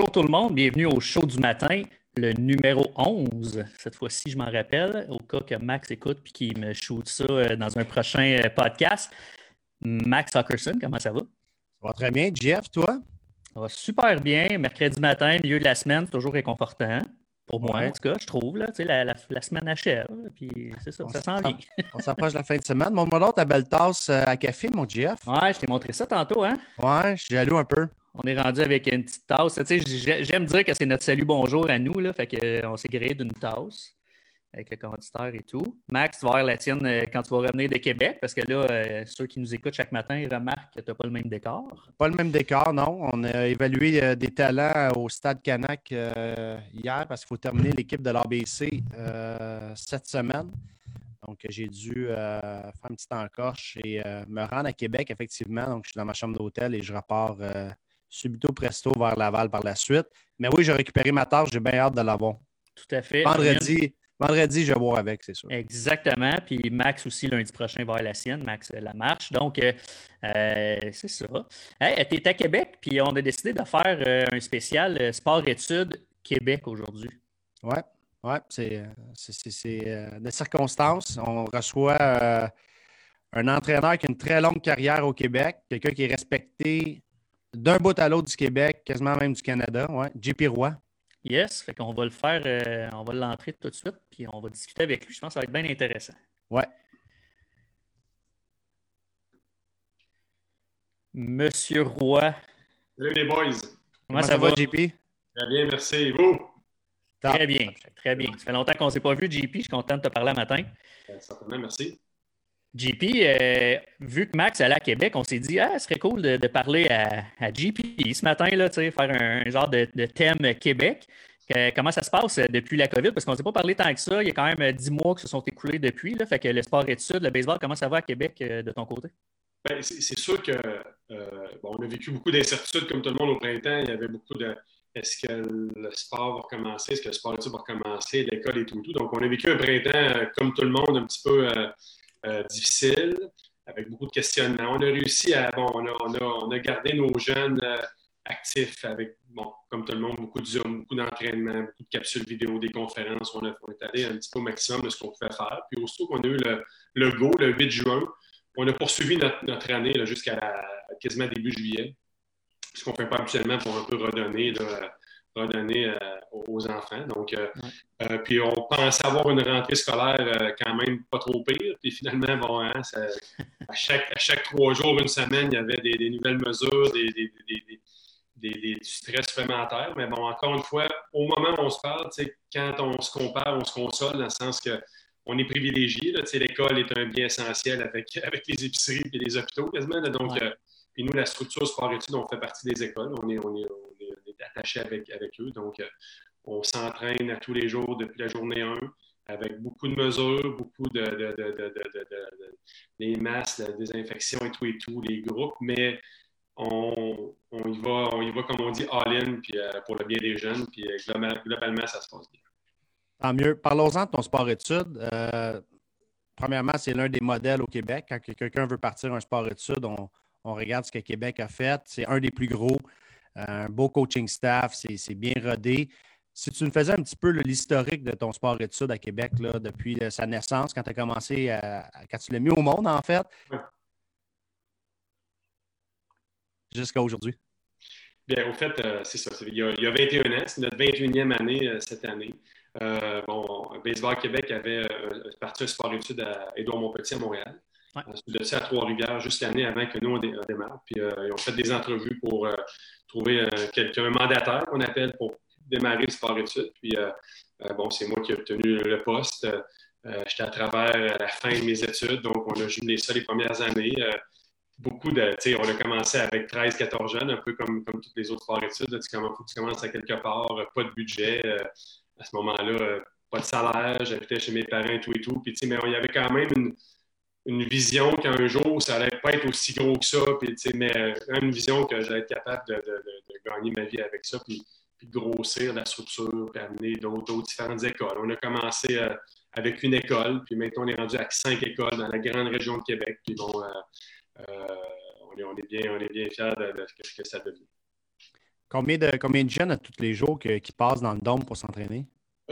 Bonjour tout le monde, bienvenue au show du matin, le numéro 11. Cette fois-ci, je m'en rappelle, au cas que Max écoute et qu'il me shoot ça dans un prochain podcast. Max Hawkerson, comment ça va? Ça va très bien. Jeff, toi? Ça va super bien. Mercredi matin, milieu de la semaine, toujours réconfortant. Pour moi, en tout cas, je trouve. Là, la semaine achève. Puis c'est ça, ça s'en vient. On s'approche de la fin de semaine. Montre-moi donc ta belle tasse à café, mon Jeff. Ouais, je t'ai montré ça tantôt, hein? Ouais, je suis jaloux un peu. On est rendu avec une petite tasse. Tu sais, j'aime dire que c'est notre salut bonjour à nous, là, fait qu'on s'est grillé d'une tasse avec le commanditaire et tout. Max, tu vas avoir la tienne quand tu vas revenir de Québec, parce que là, ceux qui nous écoutent chaque matin remarquent que tu n'as pas le même décor. Pas le même décor, non. On a évalué des talents au Stade Canac hier parce qu'il faut terminer l'équipe de l'ABC cette semaine. Donc, j'ai dû faire une petite encorche et me rendre à Québec, effectivement. Donc, je suis dans ma chambre d'hôtel et je repars subito presto vers Laval par la suite. Mais oui, j'ai récupéré ma tâche. J'ai bien hâte de l'avoir. Tout à fait. Vendredi, je vais boire avec, c'est sûr. Exactement. Puis Max aussi, lundi prochain, va à la sienne. Max la marche. Donc, c'est ça. Hey, tu es à Québec, puis on a décidé de faire un spécial sport-études Québec aujourd'hui. Ouais. Oui, c'est des circonstances. On reçoit un entraîneur qui a une très longue carrière au Québec, quelqu'un qui est respecté d'un bout à l'autre du Québec, quasiment même du Canada. Ouais. JP Roy. Yes, fait qu'on va le faire, on va l'entrer tout de suite, puis on va discuter avec lui. Je pense que ça va être bien intéressant. Ouais. Monsieur Roy. Salut les boys. Comment ça va, JP? Très bien, merci. Et vous? Très bien, très bien. Ça fait longtemps qu'on ne s'est pas vu, JP. Je suis content de te parler ce matin. Certainement, merci. JP, vu que Max allait à Québec, on s'est dit, ce serait cool de parler à JP ce matin, là, faire un genre de thème Québec. Comment ça se passe depuis la COVID? Parce qu'on ne s'est pas parlé tant que ça. Il y a quand même 10 mois qui se sont écoulés depuis. Là, fait que le sport-études, le baseball, comment ça va à Québec de ton côté? Ben, c'est sûr que on a vécu beaucoup d'incertitudes comme tout le monde au printemps. Il y avait beaucoup de est-ce que le sport va recommencer? Est-ce que le sport-études va recommencer? L'école et tout. Donc, on a vécu un printemps comme tout le monde, un petit peu difficile, avec beaucoup de questionnements. On a réussi on a gardé nos jeunes actifs avec, comme tout le monde, beaucoup de Zoom, beaucoup d'entraînement, beaucoup de capsules vidéo, des conférences. On est allé un petit peu au maximum de ce qu'on pouvait faire. Puis aussitôt qu'on a eu le go, le 8 juin, on a poursuivi notre année jusqu'à quasiment début juillet, ce qu'on ne fait pas habituellement pour un peu redonner aux enfants. Donc, puis on pensait avoir une rentrée scolaire quand même pas trop pire. Puis finalement, à chaque 3 jours, une semaine, il y avait des nouvelles mesures, du stress supplémentaire. Mais bon, encore une fois, au moment où on se parle, quand on se compare, on se console dans le sens que on est privilégié. L'école est un bien essentiel avec les épiceries et les hôpitaux quasiment. Là, donc, puis nous, la structure sport-études, on fait partie des écoles. On est attachés avec eux. Donc, on s'entraîne à tous les jours depuis la journée 1 avec beaucoup de mesures, beaucoup des masques, la désinfection et tout, les groupes. Mais on y va, comme on dit, all-in puis, pour le bien des jeunes. Puis globalement, ça se passe bien. Tant mieux. Parlons-en de ton sport-études. Premièrement, c'est l'un des modèles au Québec. Quand quelqu'un veut partir un sport-études, on regarde ce que Québec a fait. C'est un des plus gros. Un beau coaching staff. C'est bien rodé. Si tu nous faisais un petit peu l'historique de ton sport-études à Québec là, depuis sa naissance, quand tu as commencé, quand tu l'as mis au monde, en fait, jusqu'à aujourd'hui. Bien, au fait, c'est ça. Il y a 21 ans. C'est notre 21e année cette année. Baseball Québec avait parti un sport-études à Édouard-Montpetit à Montréal. Ouais. Ensuite de ça, à Trois-Rivières, juste l'année avant que nous, on démarre. Puis, ils ont fait des entrevues pour trouver un mandataire qu'on appelle pour démarrer le sport-études. Puis, c'est moi qui ai obtenu le poste. J'étais à travers la fin de mes études, donc on a jumelé ça les premières années. On a commencé avec 13-14 jeunes, un peu comme toutes les autres sport-études. Il faut que tu commences à quelque part, pas de budget. À ce moment-là, pas de salaire, j'habitais chez mes parents et tout. Puis, mais il y avait quand même une vision qu'un jour, ça allait pas être aussi gros que ça. Puis, mais une vision que j'allais être capable de gagner ma vie avec ça, puis de grossir la structure, puis amener d'autres différentes écoles. On a commencé avec une école, puis maintenant, on est rendu à 5 écoles dans la grande région de Québec. Puis bon, on est bien fiers de ce que ça devient. Combien de jeunes à tous les jours qui passent dans le dôme pour s'entraîner?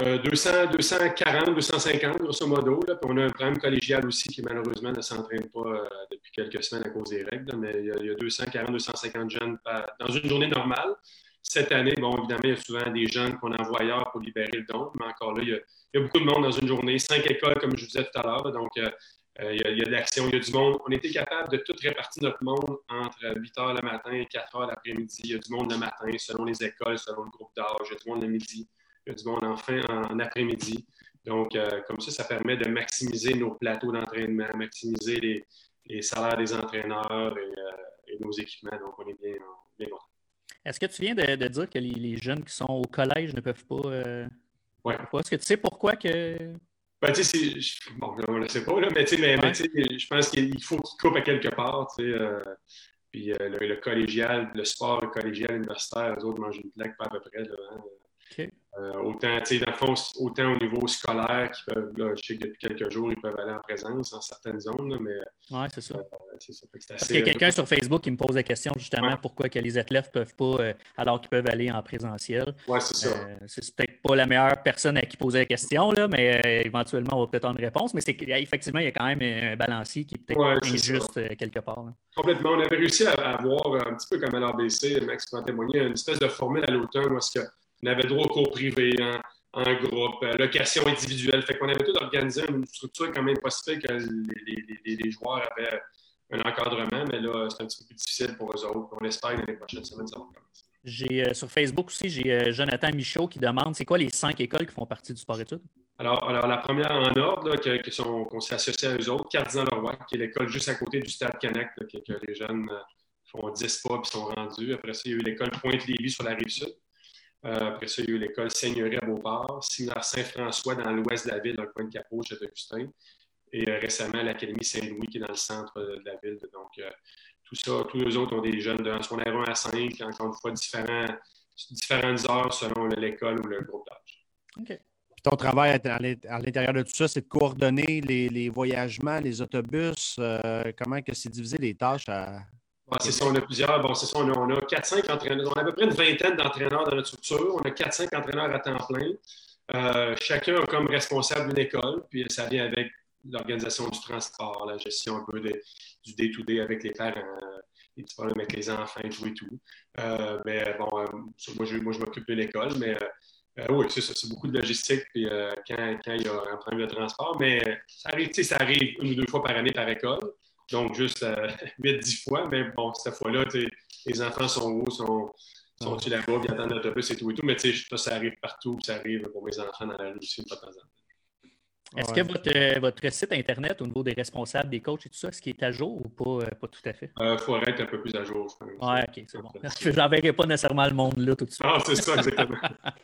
240, 250, grosso modo. Là. Puis on a un programme collégial aussi qui, malheureusement, ne s'entraîne pas depuis quelques semaines à cause des règles. Là, mais il y a 240, 250 jeunes dans une journée normale. Cette année, bon, évidemment, il y a souvent des jeunes qu'on envoie ailleurs pour libérer le dôme. Mais encore là, il y a beaucoup de monde dans une journée. 5 écoles, comme je vous disais tout à l'heure. Là, donc, il y a de l'action, il y a du monde. On était capable de tout répartir notre monde entre 8 h le matin et 4 h l'après-midi. Il y a du monde le matin, selon les écoles, selon le groupe d'âge. Il y a du monde le midi. Il y a du monde en après-midi. Donc, comme ça permet de maximiser nos plateaux d'entraînement, maximiser les salaires des entraîneurs et nos équipements. Donc, on est bien contents. Est-ce que tu viens de dire que les jeunes qui sont au collège ne peuvent pas... Oui. Est-ce que tu sais pourquoi que... Ben, tu sais, bon, on ne le sait pas, là, mais je pense qu'il faut qu'ils coupent à quelque part, tu sais. Puis le collégial, le sport collégial universitaire, eux autres mangent une plaque pas à peu près, là, hein. OK. Autant, tu sais, dans le fond, autant au niveau scolaire qu'ils peuvent, là, je sais que depuis quelques jours, ils peuvent aller en présence dans certaines zones, là, mais oui, c'est ça. c'est ça. Fait que c'est Parce assez, qu'il y a quelqu'un sur Facebook qui me pose la question justement Ouais. pourquoi que les athlètes ne peuvent pas, alors qu'ils peuvent aller en présentiel. Oui, c'est ça. C'est peut-être pas la meilleure personne à qui poser la question, là, mais éventuellement, on va peut-être avoir une réponse. Mais effectivement, il y a quand même un balancier qui est peut-être injuste quelque part. Là. Complètement. On avait réussi à avoir, un petit peu comme à l'ABC, Max peut en témoigner, une espèce de formule à l'automne où on avait droit aux cours privés en groupe, location individuelle. Fait qu'on avait tout organisé une structure quand même possible que les joueurs avaient un encadrement, mais là, c'est un petit peu plus difficile pour eux autres. On espère que dans les prochaines semaines, ça va commencer. Sur Facebook aussi, j'ai Jonathan Michaud qui demande c'est quoi les 5 écoles qui font partie du sport-études? Alors, la première en ordre, là, qu'on s'est associé à eux autres, Cardinal-Leroy, qui est l'école juste à côté du Stade Canac, là, que les jeunes font 10 pas et sont rendus. Après ça, il y a eu l'école Pointe-Lévis sur la Rive-Sud. Après ça, il y a eu l'école Seigneurie à Beauport, Séminaire Saint-François dans l'ouest de la ville, dans le coin de Capot, chez Augustin. Et récemment, l'Académie Saint-Louis, qui est dans le centre de la ville. Donc, tout ça, tous les autres ont des jeunes de secondaire 1 à 5, encore une fois, différentes heures selon l'école ou le groupe d'âge. OK. Puis ton travail à l'intérieur de tout ça, c'est de coordonner les voyagements, les autobus. Comment que c'est divisé les tâches à... C'est ça, on a plusieurs. Bon, c'est ça, on a 4-5 entraîneurs. On a à peu près une vingtaine d'entraîneurs dans notre structure. On a 4-5 entraîneurs à temps plein. Chacun a comme responsable une école, puis ça vient avec l'organisation du transport, la gestion un peu du day-to-day avec les parents, les petits problèmes avec les enfants et tout. Mais bon, moi, je m'occupe de l'école, mais oui, c'est ça, c'est beaucoup de logistique, puis quand il y a un problème de transport, mais ça arrive 1 ou 2 fois par année par école. Donc, juste 8-10 fois, mais bon, cette fois-là, les enfants sont où, sont-ils là-bas, ils attendent l'autobus et tout. Mais tu sais, ça arrive partout, ça arrive pour mes enfants dans la rue aussi, de temps en temps. Est-ce que votre site Internet, au niveau des responsables, des coachs et tout ça, est-ce qu'il est à jour ou pas tout à fait? Il faut être un peu plus à jour, je pense. Oui, OK, c'est bon. Je n'enverrai pas nécessairement le monde là tout de suite. Ah, c'est ça, exactement.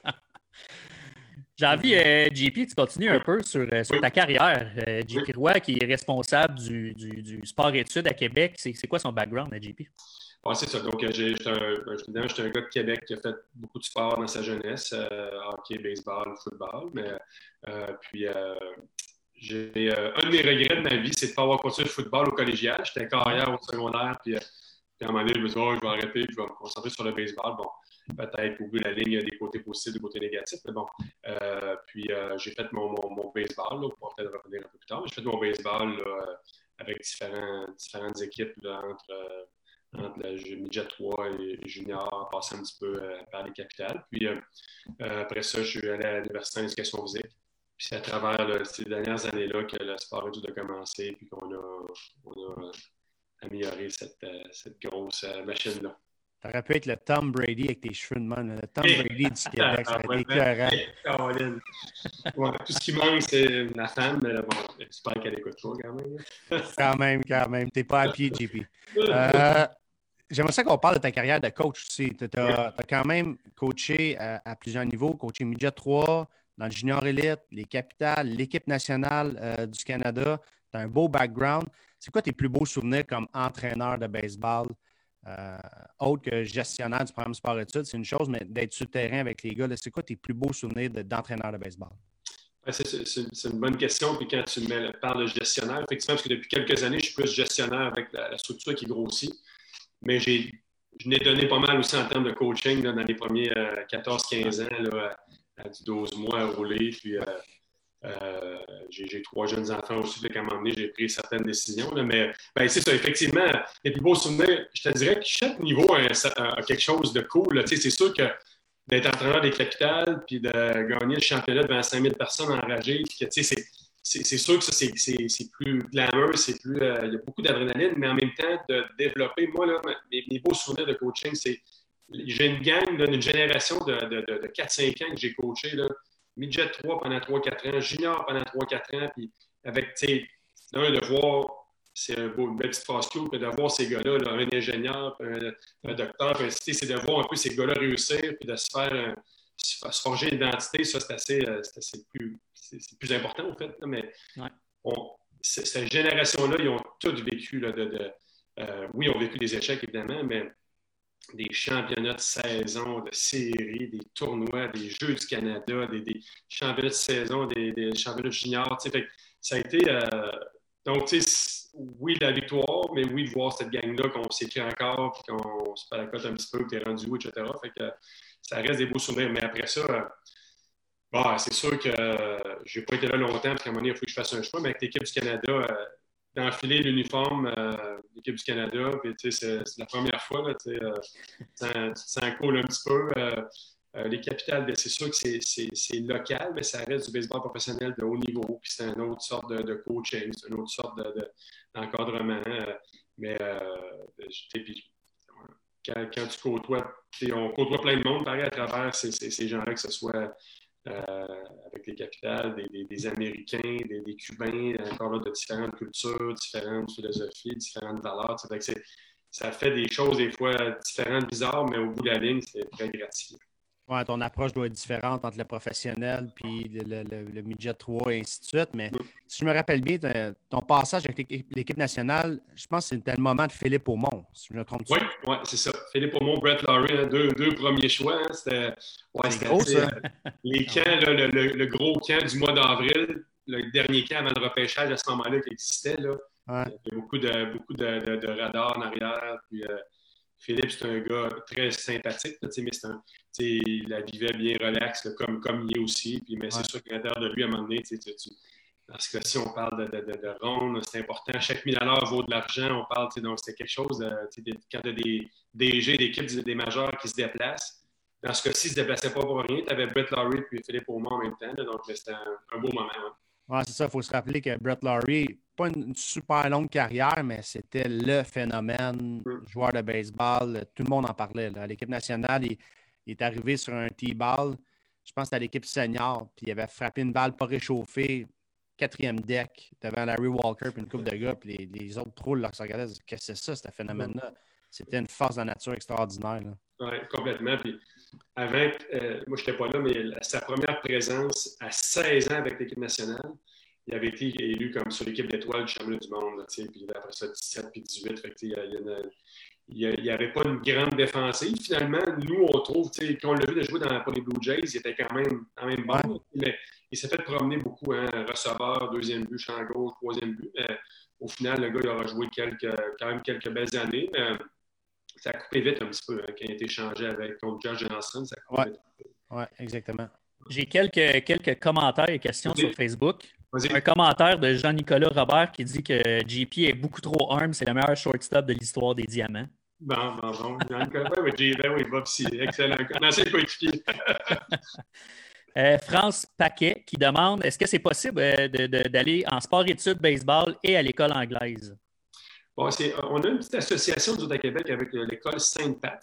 J'ai envie, JP, tu continues un peu sur ta carrière. JP Roy, qui est responsable du sport-études à Québec, c'est quoi son background, JP? Oui, c'est ça. Donc, j'étais un gars de Québec qui a fait beaucoup de sport dans sa jeunesse, hockey, baseball, football. Mais puis, un de mes regrets de ma vie, c'est de ne pas avoir continué le football au collégial. J'étais carrière au secondaire, puis à un moment donné, je me suis dit, je vais arrêter, je vais me concentrer sur le baseball. Bon, peut-être qu'au bout de la ligne, il y a des côtés positifs, des côtés négatifs, mais bon. Puis, j'ai fait mon baseball, là, pour peut-être revenir un peu plus tard. J'ai fait mon baseball là, avec différentes équipes là, entre le midget 3 et junior, passé un petit peu par les capitales. Puis après ça, je suis allé à l'Université en éducation physique. Puis c'est à travers ces dernières années-là que le sport études a commencé, puis qu'on a amélioré cette grosse machine-là. Tu aurais pu être le Tom Brady avec tes cheveux de même, le Tom Brady du Québec. Ça aurait été écœurant. Ouais, tout ce qui manque, c'est ma femme, mais bon, j'espère qu'elle écoute pas quand même. Quand même. T'es pas à pied, JP. J'aimerais ça qu'on parle de ta carrière de coach aussi. Tu as quand même coaché à plusieurs niveaux, coaché Midget 3, dans le junior élite, les capitales, l'équipe nationale du Canada. Tu as un beau background. C'est quoi tes plus beaux souvenirs comme entraîneur de baseball? Autre que gestionnaire du programme sport-études, c'est une chose, mais d'être sur le terrain avec les gars, c'est quoi tes plus beaux souvenirs d'entraîneur de baseball? C'est une bonne question. Puis quand tu parles de gestionnaire, effectivement, parce que depuis quelques années, je suis plus gestionnaire avec la structure qui grossit. Mais j'ai je n'ai donné pas mal aussi en termes de coaching là, dans les premiers 14-15 ans, là, à du 12 mois à rouler. Puis j'ai 3 jeunes enfants aussi, fait qu'à un moment donné, j'ai pris certaines décisions. Là, mais ben, c'est ça, effectivement, les plus beaux souvenirs, je te dirais que chaque niveau a quelque chose de cool. Là. C'est sûr que d'être entraîneur des Capitales, puis de gagner le championnat devant 5000 personnes enragées, puis que, c'est sûr que ça, c'est plus glamour, c'est plus, il y a beaucoup d'adrénaline, mais en même temps, de développer, moi, là, mes beaux souvenirs de coaching, c'est, j'ai une gang, là, une génération de 4-5 ans que j'ai coaché, là, midget 3 pendant 3-4 ans, junior pendant 3-4 ans, puis avec, tu sais, de voir, c'est une belle petite phrase cute, mais de voir ces gars-là, là, un ingénieur, un docteur, puis, c'est de voir un peu ces gars-là réussir, puis de se faire, se forger une identité, ça, c'est plus important, en fait. Là, mais ouais. Cette génération-là, ils ont tous vécu, là, oui, ils ont vécu des échecs, évidemment, mais des championnats de saison, de séries, des tournois, des Jeux du Canada, des championnats de saison, des championnats juniors. Fait, ça a été... donc, oui, la victoire, mais oui, de voir cette gang-là qu'on s'écrit encore, puis qu'on se fait la cote un petit peu, puis t'es rendu où, etc. Fait que ça reste des beaux souvenirs. Mais après ça, c'est sûr que je n'ai pas été là longtemps, parce qu'à un moment donné, il faut que je fasse un choix, mais avec l'équipe du Canada, d'enfiler l'uniforme de l'équipe du Canada, puis c'est la première fois, là, tu te sens cool un petit peu. Les Capitales, c'est sûr que c'est local, mais ça reste du baseball professionnel de haut niveau, puis c'est une autre sorte de coaching, c'est une autre sorte d'encadrement. Mais puis, quand tu côtoies, on côtoie plein de monde, pareil, à travers ces gens-là, que ce soit avec les Capitales, des Américains, des Cubains, encore là, de différentes cultures, différentes philosophies, différentes valeurs. Ça fait des choses des fois différentes, bizarres, mais au bout de la ligne, c'est très gratifiant. Ouais, ton approche doit être différente entre le professionnel puis le midget 3 et ainsi de suite. Mais si je me rappelle bien, ton passage avec l'équipe nationale, je pense que c'était le moment de Philippe Aumont, si je me trompe. Oui, c'est ça. Philippe Aumont, Brett Lawrie, hein, deux premiers choix. Hein, c'était gros, ça. Les camps, là, le gros camp du mois d'avril, le dernier camp avant le repêchage à ce moment-là qui existait. Là. Ouais. Il y a beaucoup de radars en arrière. Puis, Philippe, c'est un gars très sympathique, là, mais il la vivait bien relax, là, comme il est aussi. Puis, mais c'est sûr qu'à l'intérieur de lui, à un moment donné, parce que si on parle de ronde, c'est important. Chaque 1000 $ vaut de l'argent. On parle, donc c'était quelque chose, quand tu as des DG d'équipes des majeurs qui se déplacent. Dans ce cas-ci, ils ne se déplaçaient pas pour rien. Tu avais Brett Lawrie et Philippe Aumont en même temps. Là, donc, c'était un beau moment. Hein. Ouais, c'est ça. Il faut se rappeler que Brett Lawrie, pas une super longue carrière, mais c'était le phénomène, joueur de baseball. Tout le monde en parlait. Là. À l'équipe nationale, il est arrivé sur un T-ball. Je pense que c'était à l'équipe senior. Puis il avait frappé une balle pas réchauffée, 4e deck, devant Larry Walker puis une couple de gars. Puis les autres trolls là, se regardaient. Qu'est-ce que c'est ça, ce phénomène-là? C'était une force de la nature extraordinaire. Oui, complètement. Puis avant, moi, je n'étais pas là, mais sa première présence à 16 ans avec l'équipe nationale, il avait été élu comme sur l'équipe d'étoiles du championnat du monde. Là, puis après ça, 17 puis 18. Fait que, il n'y avait pas une grande défensive. Finalement, nous, on trouve, quand on l'a vu de jouer pour les Blue Jays, il était quand même bon. Mais il s'est fait promener beaucoup, hein, receveur, 2e but, champ gauche, 3e but. Mais au final, le gars, il aura joué quand même quelques belles années. Mais ça a coupé vite un petit peu, hein, quand il a été changé contre Josh Johnson. Ça a coupé vite. Oui, exactement. J'ai quelques commentaires et questions sur Facebook. Vas-y. Un commentaire de Jean-Nicolas Robert qui dit que JP est beaucoup trop arm, c'est le meilleur shortstop de l'histoire des diamants. Bon. Jean-Nicolas, oui, Bob, c'est excellent. Un ancien coéquipier. France Paquet qui demande est-ce que c'est possible d'aller en sport-études baseball et à l'école anglaise? Bon, on a une petite association nous autres à Québec avec l'école Sainte-Pat.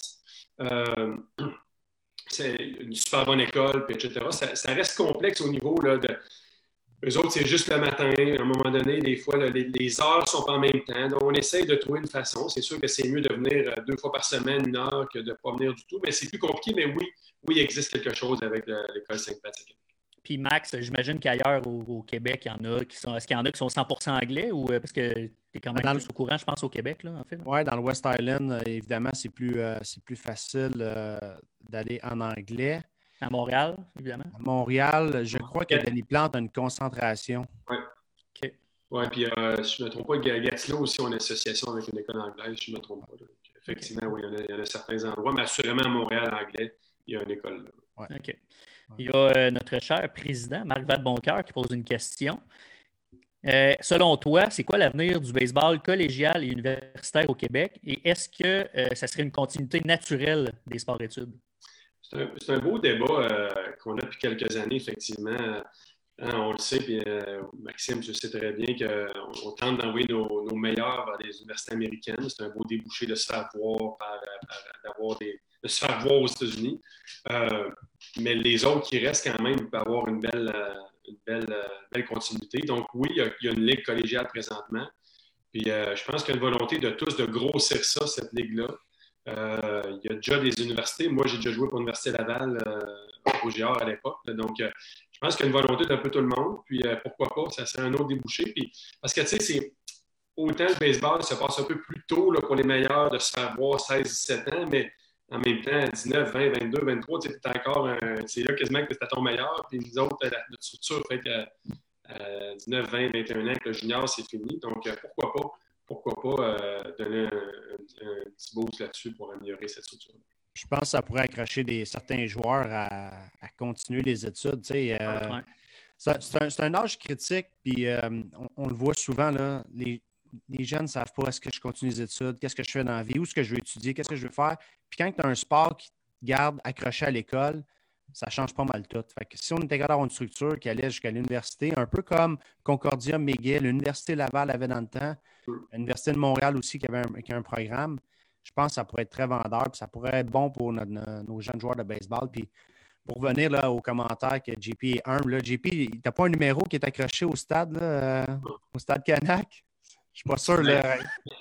C'est une super bonne école, puis etc. Ça reste complexe au niveau là, de. Eux autres, c'est juste le matin. À un moment donné, des fois, là, les heures ne sont pas en même temps. Donc, on essaye de trouver une façon. C'est sûr que c'est mieux de venir 2 fois par semaine, 1 heure, que de ne pas venir du tout. Mais c'est plus compliqué. Mais oui, il existe quelque chose avec l'école Sainte-Patrick. Puis Max, j'imagine qu'ailleurs au Québec, il y en a qui sont. Est-ce qu'il y en a qui sont 100% anglais ou parce que tu es quand même plus au courant, je pense, au Québec, là, en fait? Oui, dans le West Island, évidemment, c'est plus facile d'aller en anglais. À Montréal, évidemment. À Montréal, je crois que Denis Plante a une concentration. Oui. OK. Oui, puis si je ne me trompe pas, Gatineau aussi, on a une association avec une école anglaise, si je ne me trompe pas. Effectivement, oui, il y en a certains endroits, mais assurément à Montréal, anglais, il y a une école là. Ouais. OK. Il y a notre cher président, Marc Vadeboncoeur, qui pose une question. Selon toi, c'est quoi l'avenir du baseball collégial et universitaire au Québec et est-ce que ça serait une continuité naturelle des sports-études? C'est un beau débat qu'on a depuis quelques années, effectivement. On le sait, puis Maxime, tu sais très bien qu'on tente d'envoyer nos meilleurs vers les universités américaines. C'est un beau débouché de se faire voir, de se faire voir aux États-Unis. Mais les autres qui restent quand même peuvent avoir une belle continuité. Donc oui, il y a une ligue collégiale présentement. Puis je pense qu'il y a une volonté de tous de grossir ça, cette ligue-là. Il y a déjà des universités. Moi, j'ai déjà joué pour l'Université Laval au GR à l'époque. Donc, je pense qu'il y a une volonté d'un peu tout le monde. Puis, pourquoi pas, ça serait un autre débouché. Puis, parce que, tu sais, c'est autant le baseball se passe un peu plus tôt là, pour les meilleurs de se faire voir 16-17 ans, mais en même temps, 19, 20, 22, 23, tu sais, c'est là quasiment que tu es à ton meilleur. Puis, nous autres, notre structure fait que 19, 20, 21 ans, que le junior, c'est fini. Donc, pourquoi pas donner un petit boost là-dessus pour améliorer cette structure. Je pense que ça pourrait accrocher certains joueurs à continuer les études. C'est un âge critique, puis on le voit souvent, là, les jeunes ne savent pas est-ce que je continue les études, qu'est-ce que je fais dans la vie, où est-ce que je veux étudier, qu'est-ce que je veux faire. Puis quand tu as un sport qui te garde accroché à l'école, ça change pas mal tout. Fait que si on était capable d'avoir une structure qui allait jusqu'à l'université, un peu comme Concordia, McGill, l'Université Laval avait dans le temps, l'Université de Montréal aussi qui a un programme, je pense que ça pourrait être très vendeur et ça pourrait être bon pour nos jeunes joueurs de baseball. Puis pour revenir là, aux commentaires que JP est humble, là, JP, tu n'as pas un numéro qui est accroché au stade, là, au stade Canac? Je suis pas sûr. Là.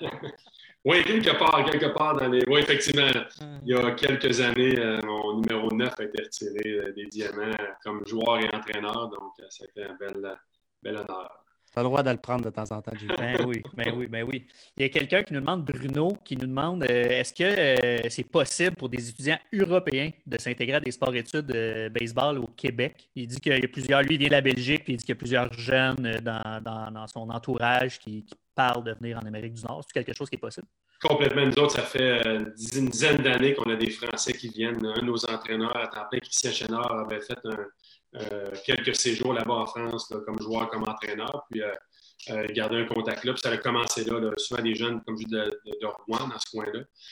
Oui, quelque part dans les. Oui, effectivement. Il y a quelques années, mon numéro 9 a été retiré des Diamants comme joueur et entraîneur. Donc, c'était un bel honneur. Tu as le droit de le prendre de temps en temps, JP. Ben oui. Il y a quelqu'un qui nous demande, Bruno, qui nous demande est-ce que c'est possible pour des étudiants européens de s'intégrer à des sports-études baseball au Québec? Il dit qu'il y a plusieurs, lui, il vient de la Belgique, puis il dit qu'il y a plusieurs jeunes dans son entourage qui parlent de venir en Amérique du Nord. C'est quelque chose qui est possible? Complètement. Nous autres, ça fait une dizaine d'années qu'on a des Français qui viennent. Un de nos entraîneurs à temps plein, Christian Chénard, avait fait quelques séjours là-bas en France, là, comme joueur, comme entraîneur. Puis, garder un contact là. Puis, ça a commencé là. Souvent, des jeunes, comme je dis, de Rouen, dans ce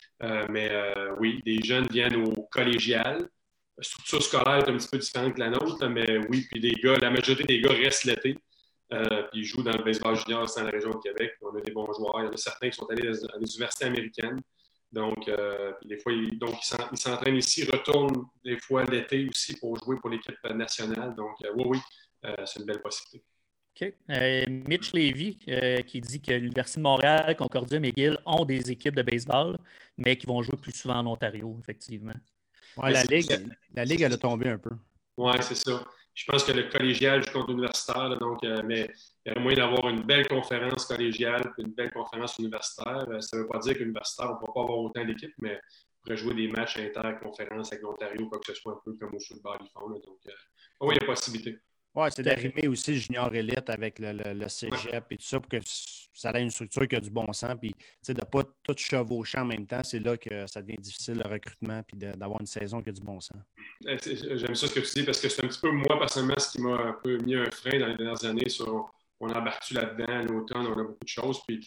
coin-là. Oui, des jeunes viennent au collégial. La structure scolaire est un petit peu différente que la nôtre, là, mais oui, puis la majorité des gars restent l'été. Puis ils jouent dans le baseball junior dans la région de Québec. On a des bons joueurs. Il y en a certains qui sont allés à des universités américaines. Donc, des fois, ils s'entraînent ici, retournent des fois l'été aussi pour jouer pour l'équipe nationale. Donc, oui, c'est une belle possibilité. OK. Mitch Lévy qui dit que l'Université de Montréal, Concordia, McGill ont des équipes de baseball, mais qui vont jouer plus souvent en Ontario, effectivement. Ouais, la Ligue, elle a tombé un peu. Oui, c'est ça. Je pense que le collégial joue contre l'universitaire, donc, mais il y aurait moyen d'avoir une belle conférence collégiale et une belle conférence universitaire. Ça ne veut pas dire que l'universitaire, on ne va pas avoir autant d'équipes, mais on pourrait jouer des matchs interconférences avec l'Ontario, quoi que ce soit, un peu comme au football, ils font. Là, donc, oui, il y a possibilité. Oui, c'est d'arriver aussi le junior élite avec le cégep et tout ça pour que ça ait une structure qui a du bon sens. Puis, de ne pas tout chevaucher en même temps, c'est là que ça devient difficile le recrutement puis d'avoir une saison qui a du bon sens. J'aime ça ce que tu dis parce que c'est un petit peu moi, personnellement, ce qui m'a un peu mis un frein dans les dernières années. On embarque-tu là-dedans à l'automne, on a beaucoup de choses. Puis,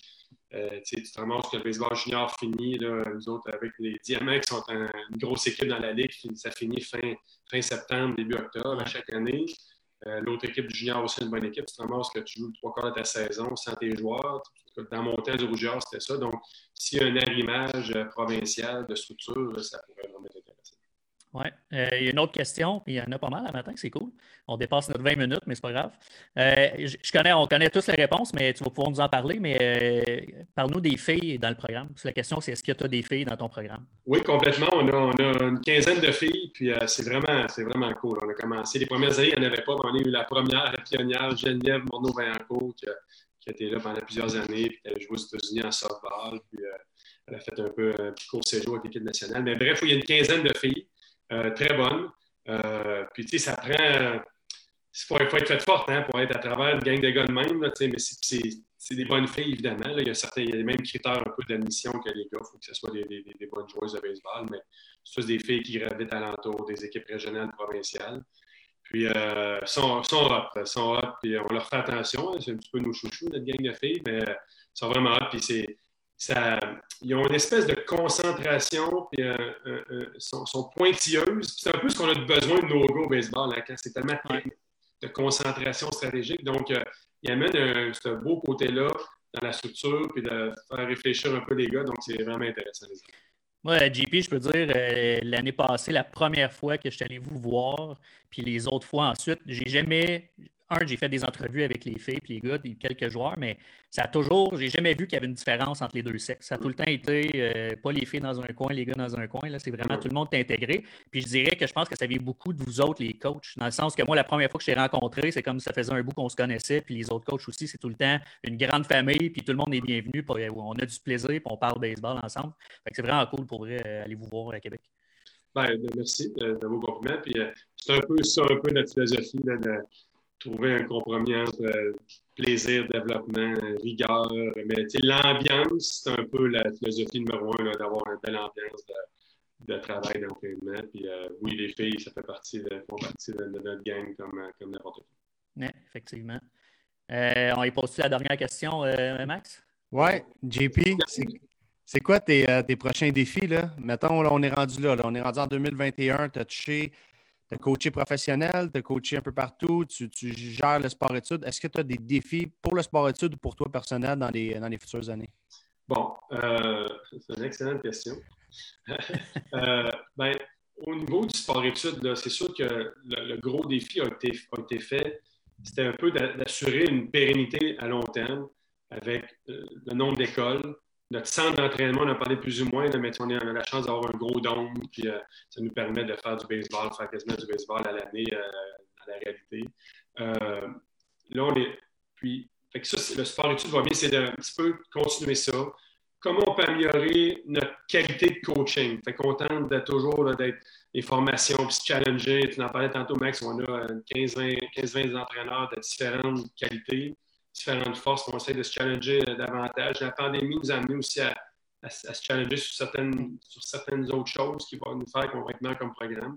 tu te ramasses que le baseball junior finit, là, nous autres, avec les Diamants qui sont une grosse équipe dans la Ligue, ça finit fin septembre, début octobre à chaque année. L'autre équipe du junior aussi une bonne équipe. Tu te ramasses que tu joues le 3/4 de ta saison sans tes joueurs. Dans mon temps du Rougiard, c'était ça. Donc, s'il y a un arrimage provincial de structure, ça pourrait vraiment être intéressant. Oui. Il y a une autre question. Il y en a pas mal à matin, c'est cool. On dépasse notre 20 minutes, mais c'est pas grave. On connaît tous les réponses, mais tu vas pouvoir nous en parler. Mais parle-nous des filles dans le programme. La question, c'est est-ce que tu as des filles dans ton programme? Oui, complètement. On a une quinzaine de filles, puis c'est vraiment cool. On a commencé. Les premières années, il n'y en avait pas. On a eu la première, la pionnière, Geneviève Morneau-Vaillancourt, qui a été là pendant plusieurs années, puis elle a joué aux États-Unis en softball, puis elle a fait un petit court séjour avec l'équipe nationale. Mais bref, il y a une quinzaine de filles. Très bonne. Puis, tu sais, ça prend. Il faut être fait forte pour être à travers une gang de gars de même, là, mais c'est des bonnes filles, évidemment. Là. Il y a les mêmes critères un peu d'admission que les gars. Il faut que ce soit des bonnes joueuses de baseball, mais c'est tous des filles qui gravitent alentour des équipes régionales, provinciales. Puis, sont hot, puis on leur fait attention. Hein, c'est un petit peu nos chouchous, notre gang de filles, mais ils sont vraiment hot. Puis ils ont une espèce de concentration, puis sont pointilleuses. C'est un peu ce qu'on a besoin de nos gars au baseball, hein, quand c'est tellement de concentration stratégique. Donc, ils amènent ce beau côté-là dans la structure, puis de faire réfléchir un peu les gars. Donc, c'est vraiment intéressant, les gars. Moi, JP, je peux dire, l'année passée, la première fois que je suis allé vous voir, puis les autres fois ensuite, j'ai fait des entrevues avec les filles puis les gars, quelques joueurs, mais j'ai jamais vu qu'il y avait une différence entre les deux sexes. Ça a tout le temps été pas les filles dans un coin, les gars dans un coin. Là, c'est vraiment tout le monde intégré. Puis je dirais que je pense que ça vient beaucoup de vous autres, les coachs, dans le sens que moi, la première fois que je t'ai rencontré, c'est comme ça faisait un bout qu'on se connaissait, puis les autres coachs aussi, c'est tout le temps une grande famille, puis tout le monde est bienvenu, puis on a du plaisir, puis on parle baseball ensemble. Fait que c'est vraiment cool pour vrai aller vous voir à Québec. Ben, merci de vos compliments. Puis c'est un peu ça, notre philosophie, là, de trouver un compromis entre plaisir, développement, rigueur. Mais l'ambiance, c'est un peu la philosophie numéro 1, là, d'avoir une belle ambiance de travail, d'entraînement. Puis oui, les filles, ça font partie de notre gang comme n'importe qui. Oui, effectivement. On y pose-tu la dernière question, Max? Oui, JP, c'est quoi tes prochains défis, là? Mettons, là, on est rendu là. On est rendu en 2021, tu as coaché professionnel, tu as coaché un peu partout, tu gères le sport-études. Est-ce que tu as des défis pour le sport-études ou pour toi personnel dans les futures années? Bon, c'est une excellente question. Au niveau du sport-études, c'est sûr que le gros défi a été fait. C'était un peu d'assurer une pérennité à long terme avec le nombre d'écoles. Notre centre d'entraînement, on en a parlé plus ou moins, là, mais on a la chance d'avoir un gros dôme, puis ça nous permet de faire du baseball, faire quasiment du baseball à l'année, à la réalité. Là, fait que ça, le sport-études va bien, c'est d'un petit peu continuer ça. Comment on peut améliorer notre qualité de coaching? Fait qu'on tente de toujours d'être les formations, puis se challenger. Tu en parlais tantôt, Max, on a 15-20 entraîneurs de différentes qualités, différentes forces, qu'on essaie de se challenger davantage. La pandémie nous a amené aussi à se challenger sur certaines autres choses qui vont nous faire convaincre comme programme.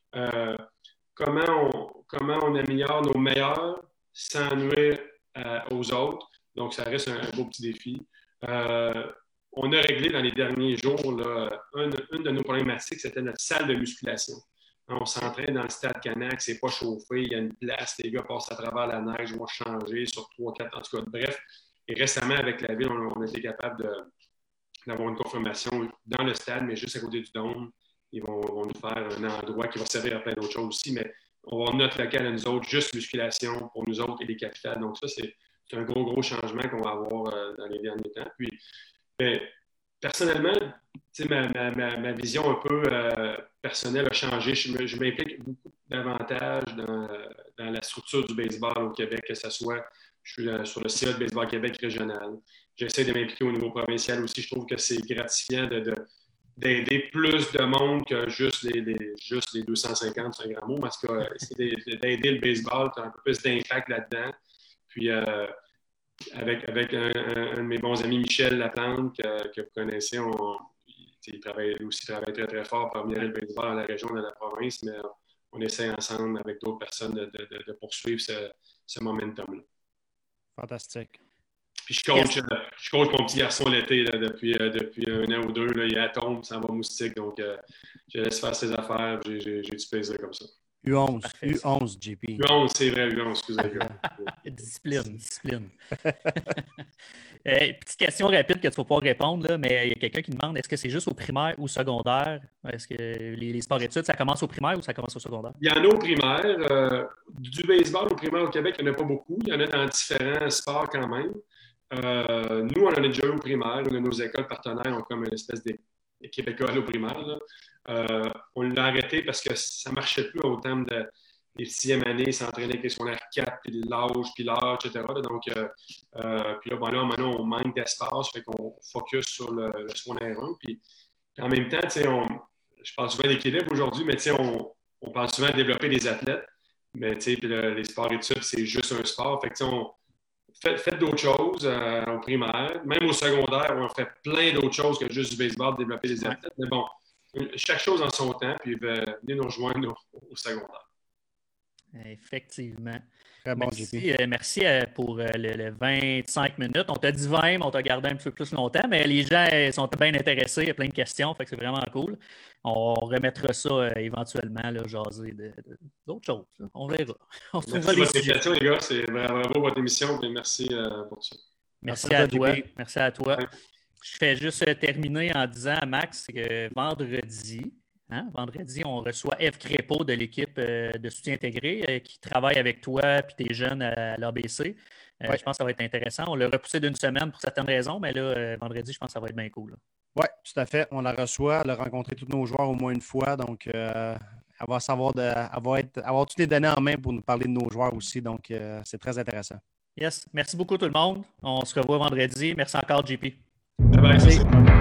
Comment on améliore nos meilleurs sans nuire aux autres. Donc, ça reste un beau petit défi. On a réglé dans les derniers jours, là, une de nos problématiques, c'était notre salle de musculation. On s'entraîne dans le stade Canac, c'est pas chauffé, il y a une place, les gars passent à travers la neige, vont changer sur 3-4, en tout cas, bref. Et récemment, avec la ville, on a été capable d'avoir une confirmation dans le stade, mais juste à côté du dôme. Ils vont nous faire un endroit qui va servir à plein d'autres choses aussi, mais on va avoir notre local à nous autres, juste musculation pour nous autres et les capitales. Donc ça, c'est un gros changement qu'on va avoir dans les derniers temps. Puis, personnellement, ma vision un peu personnelle a changé. Je m'implique beaucoup davantage dans la structure du baseball au Québec, que ce soit, je suis sur le CA de Baseball Québec régional. J'essaie de m'impliquer au niveau provincial aussi. Je trouve que c'est gratifiant d'aider plus de monde que juste les 250, c'est un grand mot, parce que c'est d'aider le baseball, tu as un peu plus d'impact là-dedans. Puis, avec un de mes bons amis, Michel Laplante, que vous connaissez, il travaille très, très fort pour améliorer le baseball dans la région, dans la province, mais on essaie ensemble avec d'autres personnes de poursuivre ce momentum-là. Fantastique. Puis je coach mon petit garçon l'été là, depuis 1 an ou 2. Là, il est à tombe, ça va moustique, donc je laisse faire ses affaires, j'ai du plaisir comme ça. U11, JP. U11, c'est vrai, U11, excusez-moi. Discipline. Petite question rapide que tu ne vas pas répondre, là, mais il y a quelqu'un qui demande, est-ce que c'est juste au primaire ou secondaire? Est-ce que les sports-études, ça commence au primaire ou ça commence au secondaire? Il y en a au primaire. Du baseball au primaire au Québec, il n'y en a pas beaucoup. Il y en a dans différents sports quand même. Nous, on en a déjà eu au primaire. Nos écoles partenaires ont comme une espèce d'équipe école au primaire. On l'a arrêté parce que ça ne marchait plus au terme des 6e années, s'entraîner avec les secondaires 4, puis l'âge, etc. Donc, puis là, maintenant, on manque d'espace, fait qu'on focus sur le secondaire 1. Puis en même temps, je parle souvent d'équilibre aujourd'hui, mais on parle souvent de développer des athlètes. Mais les sports-études, c'est juste un sport. Fait que faites d'autres choses au primaire, même au secondaire, où on fait plein d'autres choses que juste du baseball, développer des athlètes. Mais bon, chaque chose en son temps, puis venez nous rejoindre au secondaire. Effectivement. Très bon, Merci, JP. merci pour le 25 minutes. On t'a dit 20, mais on t'a gardé un petit peu plus longtemps, mais les gens sont bien intéressés, il y a plein de questions, fait que c'est vraiment cool. On remettra ça éventuellement, là, jaser d'autres choses. Là. On verra. On Merci pour votre invitation, les gars. C'est bravo votre émission, et merci pour ça. Merci à toi. JP. Merci à toi. Ouais. Je fais juste terminer en disant à Max que vendredi, on reçoit Eve Crépeau de l'équipe de soutien intégré qui travaille avec toi et tes jeunes à l'ABC. Je pense que ça va être intéressant. On l'a repoussé d'une semaine pour certaines raisons, mais là, vendredi, je pense que ça va être bien cool. Oui, tout à fait. On la reçoit. Elle a rencontré tous nos joueurs au moins une fois. Donc, elle va savoir avoir toutes les données en main pour nous parler de nos joueurs aussi. Donc, c'est très intéressant. Yes. Merci beaucoup tout le monde. On se revoit vendredi. Merci encore, JP. Bye bye. Merci.